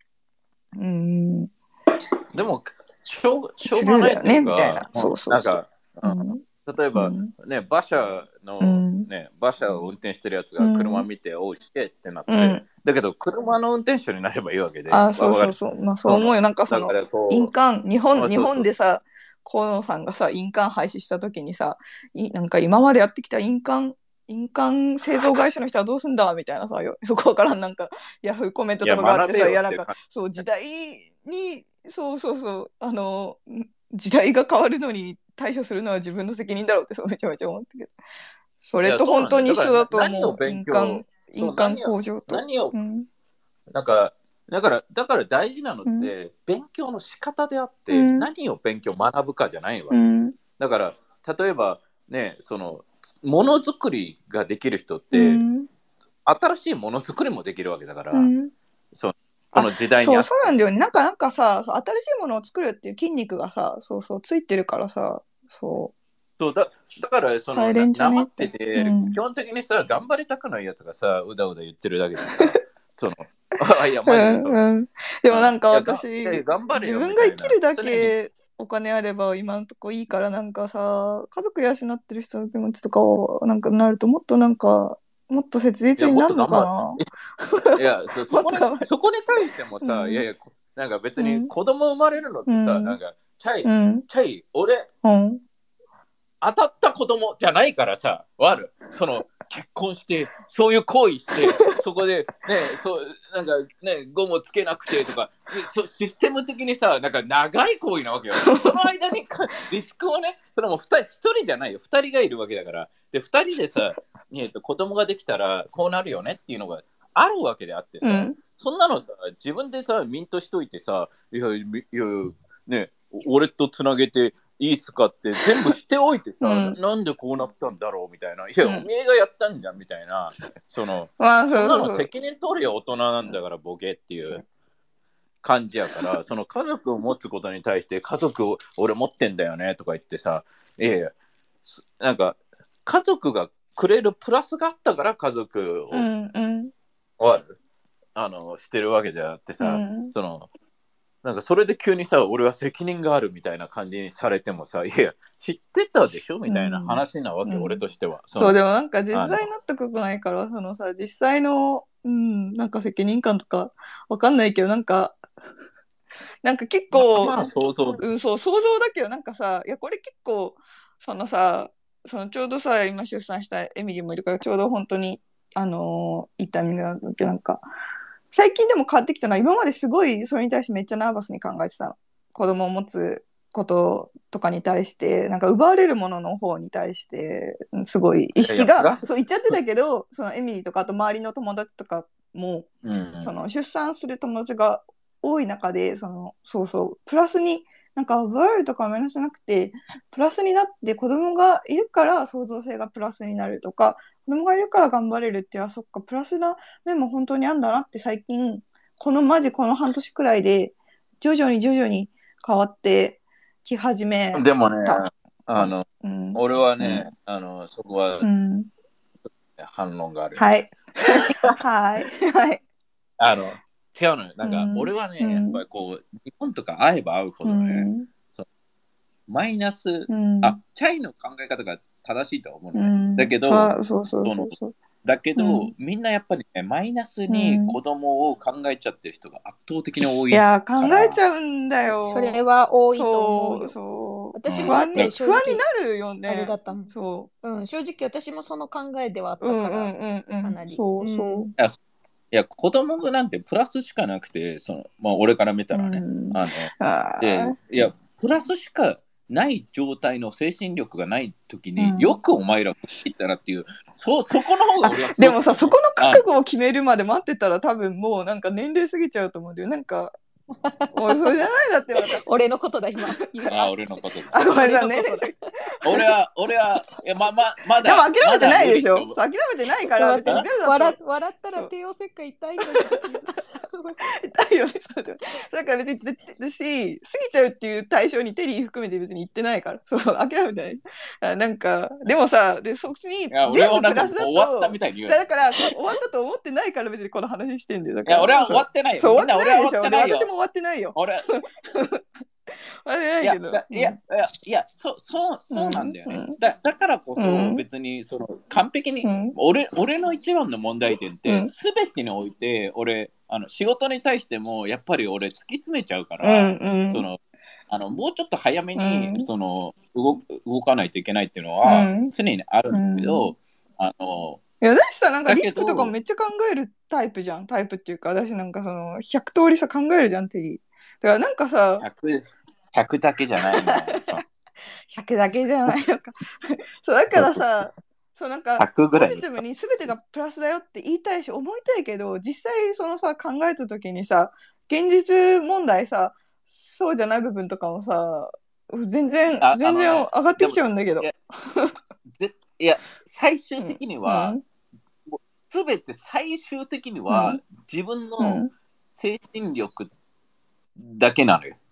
でもしょうがないっていうか、 みたいな、 なんか、例えば、ね、馬車を運転してるやつが車見て、おうしてってなって、だけど車の運転手になればいいわけで。 まあそう思うよ。なんか印鑑、日本でさ、河野さんがさ印鑑廃止した時にさ、なんか今までやってきた印鑑製造会社の人はどうすんだみたいなさ、よくわからんなんかヤフーコメントとかがあってさ、いやなんかそう時代に時代が変わるのに対処するのは自分の責任だろうってめちゃめちゃ思ったけど、それと本当に一緒だと思う。印鑑工場と。 だから大事なのって勉強の仕方であって、何を学ぶかじゃないわけ。だから例えばね、ものづくりができる人って、新しいものづくりもできるわけだから、この時代にそうなんだよね。なんかさ、新しいものを作るっていう筋肉がさ、ついてるからさ、 だからなまってて、基本的にさ頑張りたくないやつがさうだうだ言ってるだけでさいやマジででもなんか私自分が生きるだけお金あれば今のとこいいから、なんかさ家族養ってる人の気持ちとかをなんかなるともっと切実になるのかな。 いやそこに対してもさ、いやいやなんか別に子供生まれるのってさ、なんかチャイ俺、当たった子供じゃないからさ、結婚してそういう行為してそこでね、なんかねゴムつけなくてとかシステム的にさ、なんか長い行為なわけよ。その間にリスクをね、それも1人じゃないよ、2人がいるわけだから、で2人でさ、子供ができたらこうなるよねっていうのがあるわけであってさ、そんなのさ自分でさミントしといてさ、いやね俺とつなげていいっすかって全部しておいてさ、なんでこうなったんだろうみたいな、いや、おめえがやったんじゃんみたいな、そんなの責任取るよ、大人なんだからボケっていう感じやから、家族を持つことに対して家族を俺持ってんだよねとか言ってさ、なんか家族がくれるプラスがあったから家族を、してるわけであってさ、なんかそれで急にさ俺は責任があるみたいな感じにされてもさ、いや知ってたでしょみたいな話なわけ、俺としては。 そうでもなんか実際になったことないから実際のなんか責任感とかわかんないけど、なんか結構想像想像だけど、なんかさ、いやこれ結構ちょうどさ今出産したエミリーもいるから、ちょうど本当に言った意味なんだけど、なんか最近でも変わってきたのは、今まですごいそれに対してめっちゃナーバスに考えてたの。子供を持つこととかに対して、なんか奪われるものの方に対してすごい意識がそう言っちゃってたけど、そのエミリーとかあと周りの友達とかも、その出産する友達が多い中で、そうプラスになんか奪われるとかは目指せなくて、プラスになって子供がいるから創造性がプラスになるとか、子供がいるから頑張れるっていう、そっか、プラスな面も本当にあんだなって最近、この半年くらいで徐々に変わってき始めた。 でもね、俺はね、そこは反論がある。 はい。はい。はい。 違うのよ。なんか、俺はね、やっぱりこう、日本とか会えば会うほどね、マイナス、チャイの考え方が正しいとは思うのね。だけど、だけど、みんなやっぱりね、マイナスに子供を考えちゃってる人が圧倒的に多い。 いや、考えちゃうんだよ。 それは多いと思うよ。 そう。 私もだって不安になるよね。 あれだったもん。 そう。 正直私もその考えではあったから、かなり。 そう。 いや、子供なんてプラスしかなくて、俺から見たらね。いや、プラスしかない状態の精神力がないときに、よくお前ら言ったらっていう、そこの方が俺はでもさ、そこの覚悟を決めるまで待ってたら多分もうなんか年齢過ぎちゃうと思うんだよ。なんか、おい、それじゃないだって俺のことだ、今。 俺のことだ。 ごめんなさいね。 俺は、いや、まだ。 でも諦めてないでしょ。諦めてないから、別にゼロだと。 笑ったら帝王切開痛いんだよ。 痛いよね、だから別に、私、過ぎちゃうっていう対象にテリー含めて別に言ってないから。そう、諦めてない。なんか、でもさ、そっちに全部プラスだと、 終わったみたいに言う。 だから、終わったと思ってないから別にこの話してんだよ。だからいや、俺は終わってないよ。 そう、終わってないでしょ。私も終わってないよ。 俺ないけど。 いや、そうなんだよね。だからこそ、別に、完璧に、俺の一番の問題点って、すべてにおいて、俺、仕事に対しても、やっぱり俺、突き詰めちゃうから、もうちょっと早めに、動かないといけないっていうのは、常にあるんだけど、 いや、私さ、なんかリスクとかもめっちゃ考えるタイプじゃん。タイプっていうか、私なんか100通りさ、考えるじゃん、テリー。だからなんかさ、 100だけじゃないの。 100だけじゃないのか。そう、だからさ、なんか、ポジティブに全てがプラスだよって言いたいし、思いたいけど、実際考えた時にさ、現実問題さ、そうじゃない部分とかもさ、全然上がってきちゃうんだけど。 いや、最終的には、全て最終的には、自分の精神力だけなのよ。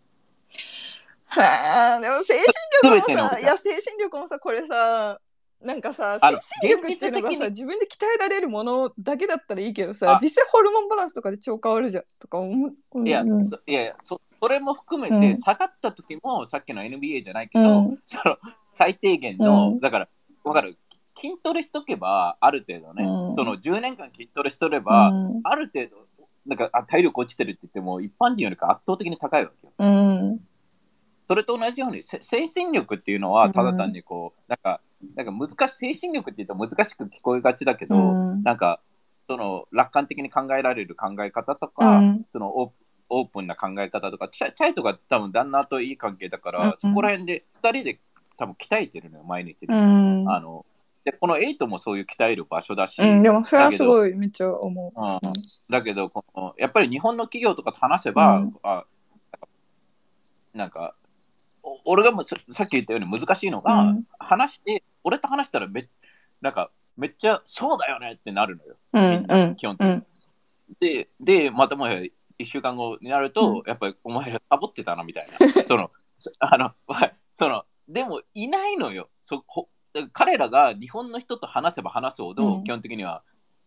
でも精神力もさ、精神力もさ、これさ、なんかさ、精神力っていうのがさ、自分で鍛えられるものだけだったらいいけどさ、実際ホルモンバランスとかで超変わるじゃんとか思う。 いや、それも含めて、下がった時も、さっきの NBA じゃないけど、最低限の、だから、わかる、筋トレしとけば、ある程度ね、10年間筋トレしとれば、ある程度、なんか体力落ちてるって言っても、一般人よりか圧倒的に高いわけよ。それと同じように、精神力っていうのは、ただ単になんか難しい、精神力って言うと難しく聞こえがちだけど、なんか、楽観的に考えられる考え方とか、オープンな考え方とか、チャイとか多分旦那といい関係だから、そこら辺で2人で多分鍛えてるのよ、毎日で。で、このエイトもそういう鍛える場所だし。 でもそれはすごいめっちゃ思う。 だけど、やっぱり日本の企業とかと話せば、なんか、俺がさっき言ったように難しいのが、俺と話したらなんかめっちゃそうだよねってなるのよ。みんな、基本的に。で、またもう1週間後になると、やっぱりお前らサボってたなみたいな。でもいないのよ。彼らが日本の人と話せば話すほど、基本的には、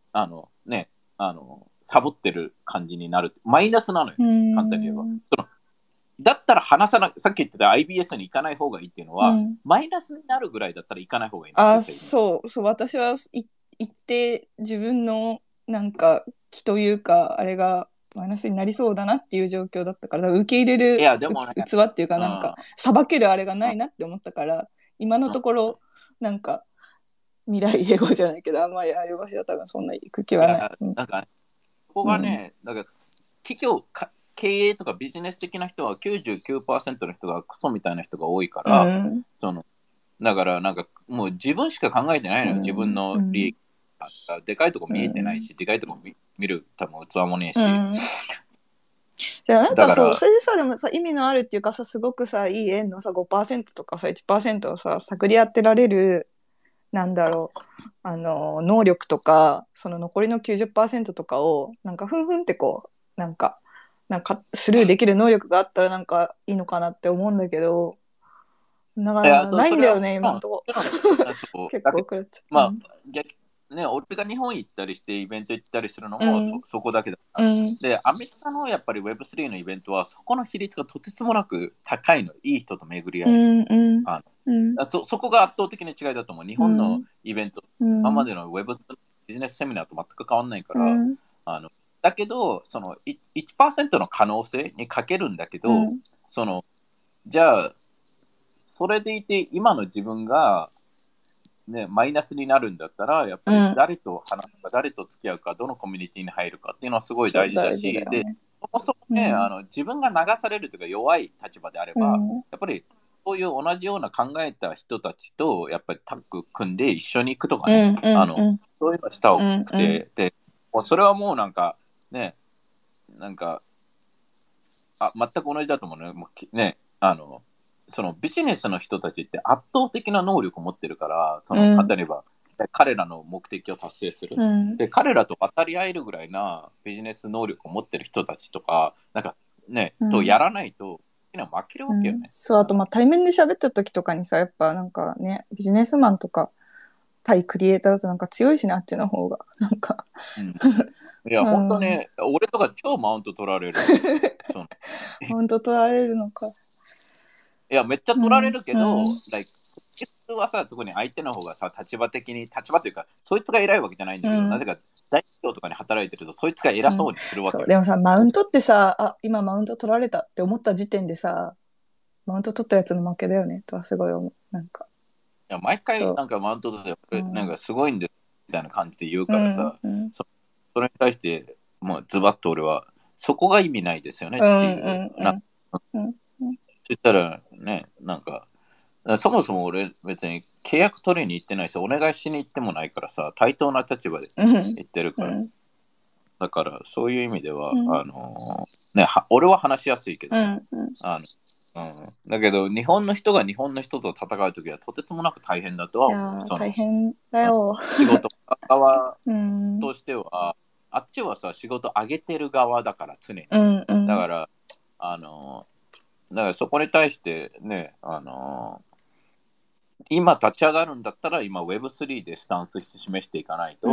サボってる感じになる。マイナスなのよ。簡単に言えば。だったらさっき言ってた IBS に行かない方がいいっていうのは、マイナスになるぐらいだったら行かない方がいい。 そう、私は行って自分のなんか気というか、あれがマイナスになりそうだなっていう状況だったから、受け入れる器っていうか、なんか、さばけるあれがないなって思ったから、今のところ、なんか、 未来英語じゃないけど、あんまりああいう場所は多分そんな行く気はない。 なんか、ここがね、なんか企業経営とかビジネス的な人は 99% の人がクソみたいな人が多いから、だからなんかもう自分しか考えてないのよ、自分の利益。でかいとこ見えてないし、でかいとこ見る多分器もねえし。 じゃあなんかそう、それでさ、でもさ、意味のあるっていうかさ、すごくさ、いい円のさ、5% とかさ、1% をさ、探り当てられる、なんだろう、能力とか、その残りの 90% とかを、なんかふんふんってこう、なんかスルーできる能力があったらなんかいいのかなって思うんだけど、なかなかないんだよね、今のとこ。結構遅れちゃう。 まあ、逆ね、俺が日本行ったりしてイベント行ったりするのもそこだけだから、で、アメリカのやっぱり Web3 のイベントはそこの比率がとてつもなく高いの、いい人と巡り合い。そこが圧倒的な違いだと思う。日本のイベント、今までの Web ビジネスセミナーと全く変わんないから、だけど、その 1% の可能性にかけるんだけど、じゃあ、それでいて今の自分がね、マイナスになるんだったら、やっぱり誰と話すか、誰と付き合うか、どのコミュニティに入るかっていうのはすごい大事だし、で、そもそもね、自分が流されるというか弱い立場であれば、やっぱりそういう同じような考えた人たちと、やっぱりタッグ組んで一緒に行くとかね、そういうのした方がくて、で、それはもうなんか、ね、なんか、全く同じだと思うね。もうね、そのビジネスの人たちって圧倒的な能力を持ってるから、例えば、彼らの目的を達成する、で。彼らと渡り合えるぐらいなビジネス能力を持ってる人たちとか、なんかね、とやらないと、負けるわけよね。 そう、あと対面で喋った時とかにさ、やっぱなんかね、ビジネスマンとか、対クリエイターだとなんか強いしね、あっちの方が。なんか。 いや、本当ね、俺とか超マウント取られる。 マウント取られるのか。 いや、めっちゃ取られるけど、普通はさ、特に相手の方がさ、立場というか、そいつが偉いわけじゃないんだけど、なぜか大企業とかに働いてると、そいつが偉そうにするわけよ。 でもさ、マウントってさ、今マウント取られたって思った時点でさ、マウント取ったやつの負けだよね、とはすごい思う。なんか。 いや、毎回なんかマウント取って、なんかすごいんですみたいな感じで言うからさ、それに対して、もうズバッと俺は、そこが意味ないですよねっていう。そしたらね、なんか、そもそも俺別に契約取りに行ってないし、お願いしに行ってもないからさ、対等な立場で行ってるから。だからそういう意味では、ね、俺は話しやすいけど、だけど日本の人が日本の人と戦うときはとてつもなく大変だとは思う。 大変だよ。 仕事側としては、あっちはさ、仕事上げてる側だから常に。だから、そこに対してね、今立ち上がるんだったら、今 Web3 でスタンスして示していかないと、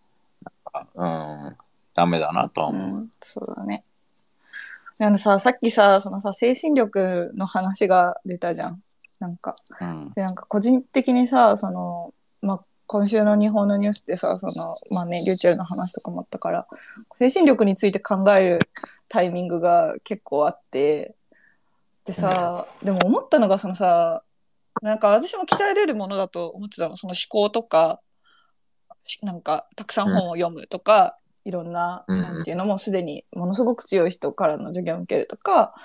ダメだなとは思う。 そうだね。さっきさ、精神力の話が出たじゃん。なんか、でなんか個人的にさ、今週の日本のニュースでさ、リューチェルの話とかもあったから、精神力について考えるタイミングが結構あって、でさ、でも思ったのがなんか私も鍛えれるものだと思ってたの、その思考とか、なんかたくさん本を読むとか、いろんな、なんていうのもすでにものすごく強い人からの授業を受けるとか、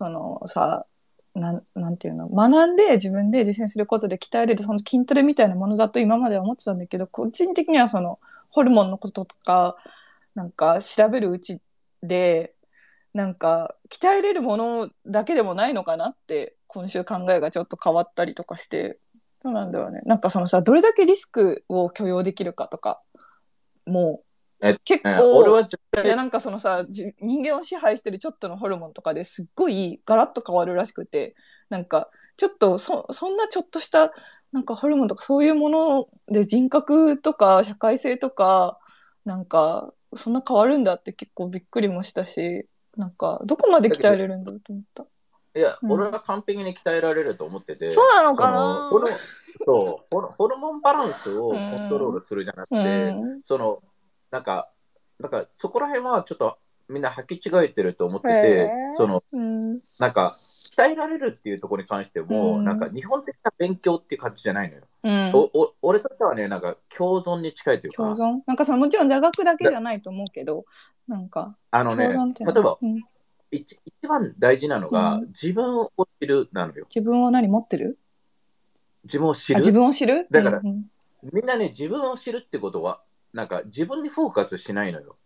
なんていうの、学んで自分で実践することで鍛えれるその筋トレみたいなものだと今までは思ってたんだけど、個人的にはホルモンのこととか、なんか調べるうちで、なんか鍛えれるものだけでもないのかなって今週考えがちょっと変わったりとかして、そうなんだよね。なんかどれだけリスクを許容できるかとかもう結構、 俺はなんか人間を支配してるちょっとのホルモンとかですっごいガラッと変わるらしくて、なんかちょっとそんなちょっとしたなんかホルモンとかそういうもので人格とか社会性とかなんかそんな変わるんだって結構びっくりもしたし、なんかどこまで鍛えれるんだろうと思った。 いや、俺は完璧に鍛えられると思ってて、 そうなのかな。 ホルモンバランスをコントロールするじゃなくて、なんかそこら辺はちょっとみんな履き違えてると思ってて、なんか鍛えられるっていうところに関しても、なんか日本的な勉強っていう感じじゃないのよ。 俺としてはね、なんか共存に近いというか。 共存なんかもちろん座学だけじゃないと思うけど、なんか、 共存って例えば、一番大事なのが、自分を知るなのよ。 自分を何持ってる？ 自分を知る。 自分を知る？ だから、みんなね、自分を知るってことは、なんか自分にフォーカスしないのよ。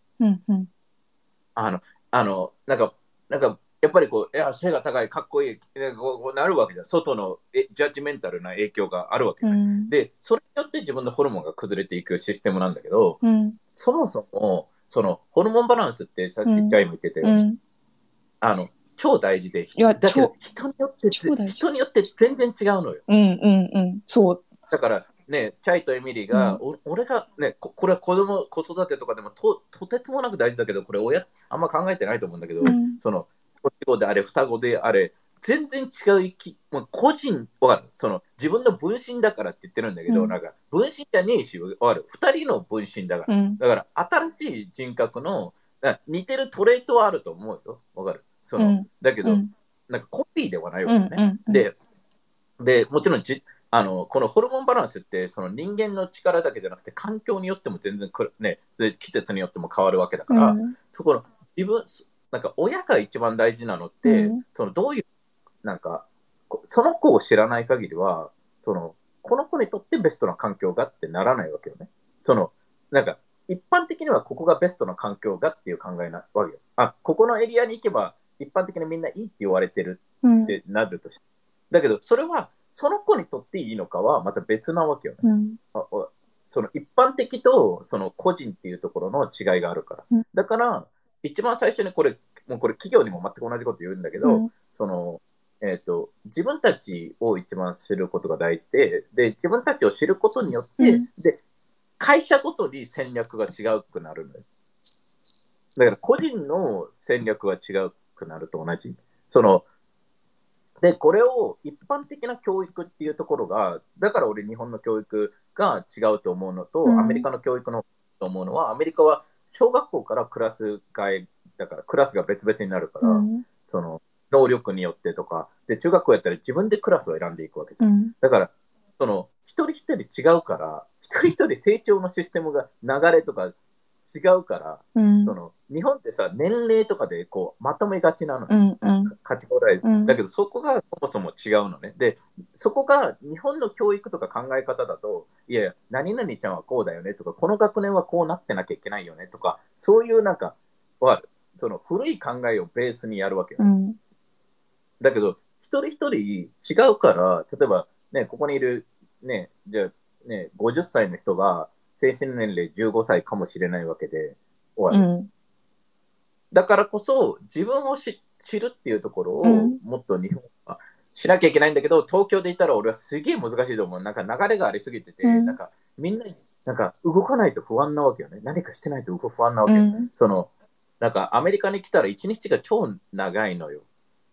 なんか、やっぱりこう、いや、背が高い、かっこいい、こうなるわけじゃん。外のジャッジメンタルな影響があるわけ、ねで、それによって自分のホルモンが崩れていくシステムなんだけど、そもそも、そのホルモンバランスってさっきジャイも言ってて、超大事で、だけど人によって全然違うのよ。 そう。 だからね、チャイとエミリーが、俺がね、これは子育てとかでもとてつもなく大事だけど、これ親あんま考えてないと思うんだけど、その一子であれ双子であれ全然違うもう個人はその自分の分身だからって言ってるんだけど、なんか分身じゃねえし、2人の分身だから、だから新しい人格の似てるトレートはあると思うよ、わかる。だけど、なんかコピーではないわけね。でもちろんこのホルモンバランスってその人間の力だけじゃなくて環境によっても全然ね、季節によっても変わるわけだから、そこのなんか親が一番大事なのって、そのどういうなんかその子を知らない限りはこの子にとってベストな環境がってならないわけよね。なんか一般的にはここがベストな環境がっていう考えなわけよ。ここのエリアに行けば一般的にみんないいって言われてるってなるとして、だけどそれはその子にとっていいのかはまた別なわけよね。その一般的とその個人っていうところの違いがあるから。だから一番最初にこれ企業にも全く同じこと言うんだけど、自分たちを一番知ることが大事で、自分たちを知ることによって、で会社ごとに戦略が違くなるのよ。だから個人の戦略が違くなると同じ。で、これを一般的な教育っていうところが、だから俺日本の教育が違うと思うのと、アメリカの教育のと思うのは、アメリカは小学校からクラス替え、だからクラスが別々になるから、その能力によってとか、で、中学校やったら自分でクラスを選んでいくわけです。だから、一人一人違うから、一人一人成長のシステムが流れとか違うから、日本ってさ、年齢とかでこうまとめがちなの、カテゴライズ、だけどそこがそもそも違うのね。で、そこが日本の教育とか考え方だと、いやいや、何々ちゃんはこうだよねとか、この学年はこうなってなきゃいけないよねとか、そういうなんか、その古い考えをベースにやるわけよ。だけど、一人一人違うから、例えば、ね、ここにいる、ね、じゃあ、ね、50歳の人が、精神年齢15歳かもしれないわけで、だからこそ、自分を知るっていうところを、もっと日本はしなきゃいけないんだけど、東京でいたら俺はすげえ難しいと思う。なんか流れがありすぎてて、なんかみんな、なんか動かないと不安なわけよね。何かしてないと不安なわけよ。なんかアメリカに来たら一日が超長いのよ。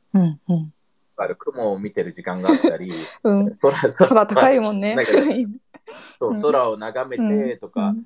雲を見てる時間があったり、 空高いもんね。 空を眺めてとか、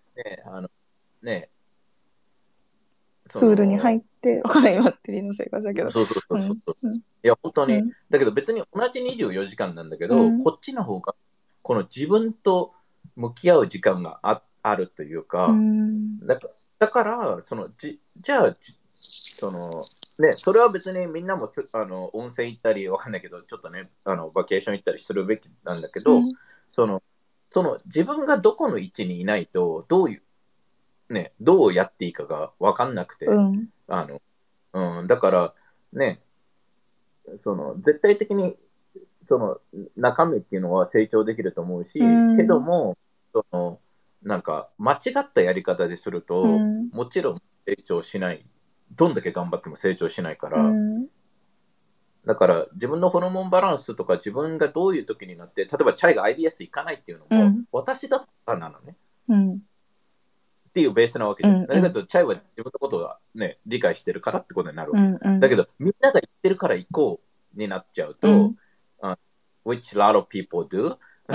プールに入って、今ってリの生活だけど。 そう。いや、本当に。だけど別に同じ24時間なんだけど、こっちの方が、この自分と向き合う時間があるというか、だから、じゃあ、それは別にみんなも温泉行ったり、わかんないけど、ちょっとね、バケーション行ったりするべきなんだけど、自分がどこの位置にいないと、どうやっていいかが分かんなくて、だからね、絶対的に中身っていうのは成長できると思うし、けどもなんか間違ったやり方ですると、もちろん成長しない、どんだけ頑張っても成長しないから、だから自分のホルモンバランスとか自分がどういう時になって、例えばチャイが IBS 行かないっていうのも、私だったらなのね。っていうベースなわけで、だけどチャイは自分のことがね理解してるからってことになるわけ、だけどみんなが言ってるから行こうになっちゃうと、which a lot of people do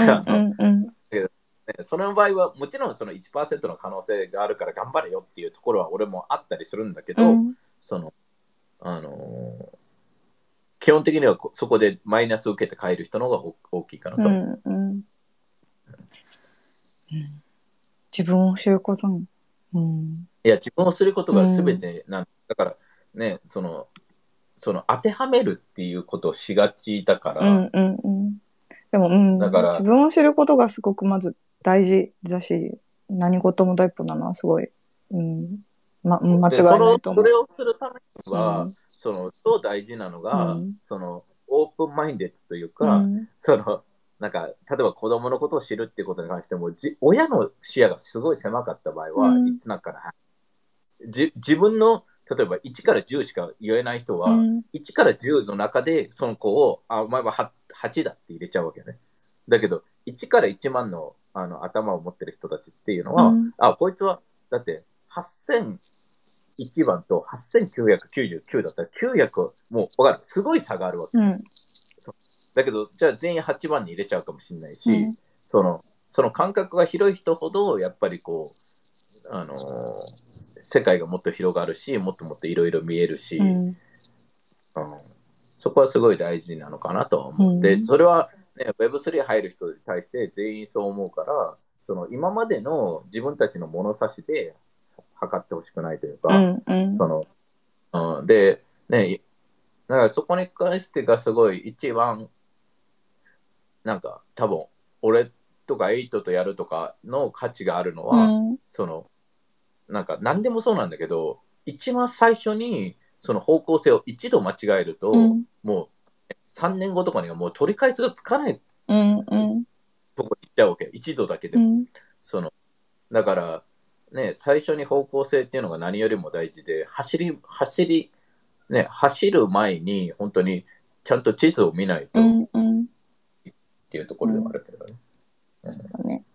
その場合はもちろんその 1% の可能性があるから頑張れよっていうところは俺もあったりするんだけど、基本的にはそこでマイナスを受けて帰る人の方が大きいかなと。 自分を知ることに。 いや、自分をすることが全てだからね、その当てはめるっていうことをしがちだから。 でも、 だから自分を知ることがすごくまず大事だし、何事も第一歩なのはすごい、間違いないと思う。 それをするためには、超大事なのが、オープンマインデッドというか、なんか、例えば子供のことを知るっていうことに関しても、親の視野がすごい狭かった場合は、いつなんかな、自分の、例えば1から10しか言えない人は、1から10の中でその子を、お前は 8だって入れちゃうわけね。だけど、1から1万の頭を持ってる人たちっていうのは、こいつは、だって8001番と8999だったら900、もう分かる、すごい差があるわけ。だけど、じゃあ全員8番に入れちゃうかもしれないし、その感覚が広い人ほど、やっぱりこう、世界がもっと広がるし、もっともっといろいろ見えるし、そこはすごい大事なのかなと思って、それは、ね、Web3 入る人に対して全員そう思うから、今までの自分たちの物差しで測ってほしくないというか、で、ね、だからそこに関してがすごい一番、なんか多分、俺とか8とやるとかの価値があるのは、なんか何でもそうなんだけど、一番最初にその方向性を一度間違えると、もう3年後とかにはもう取り返しがつかないとこに行っちゃうわけ、一度だけでも。だから、ね、最初に方向性っていうのが何よりも大事で、走る前に本当にちゃんと地図を見ないとっていうところでもあるけどね。 そうだね。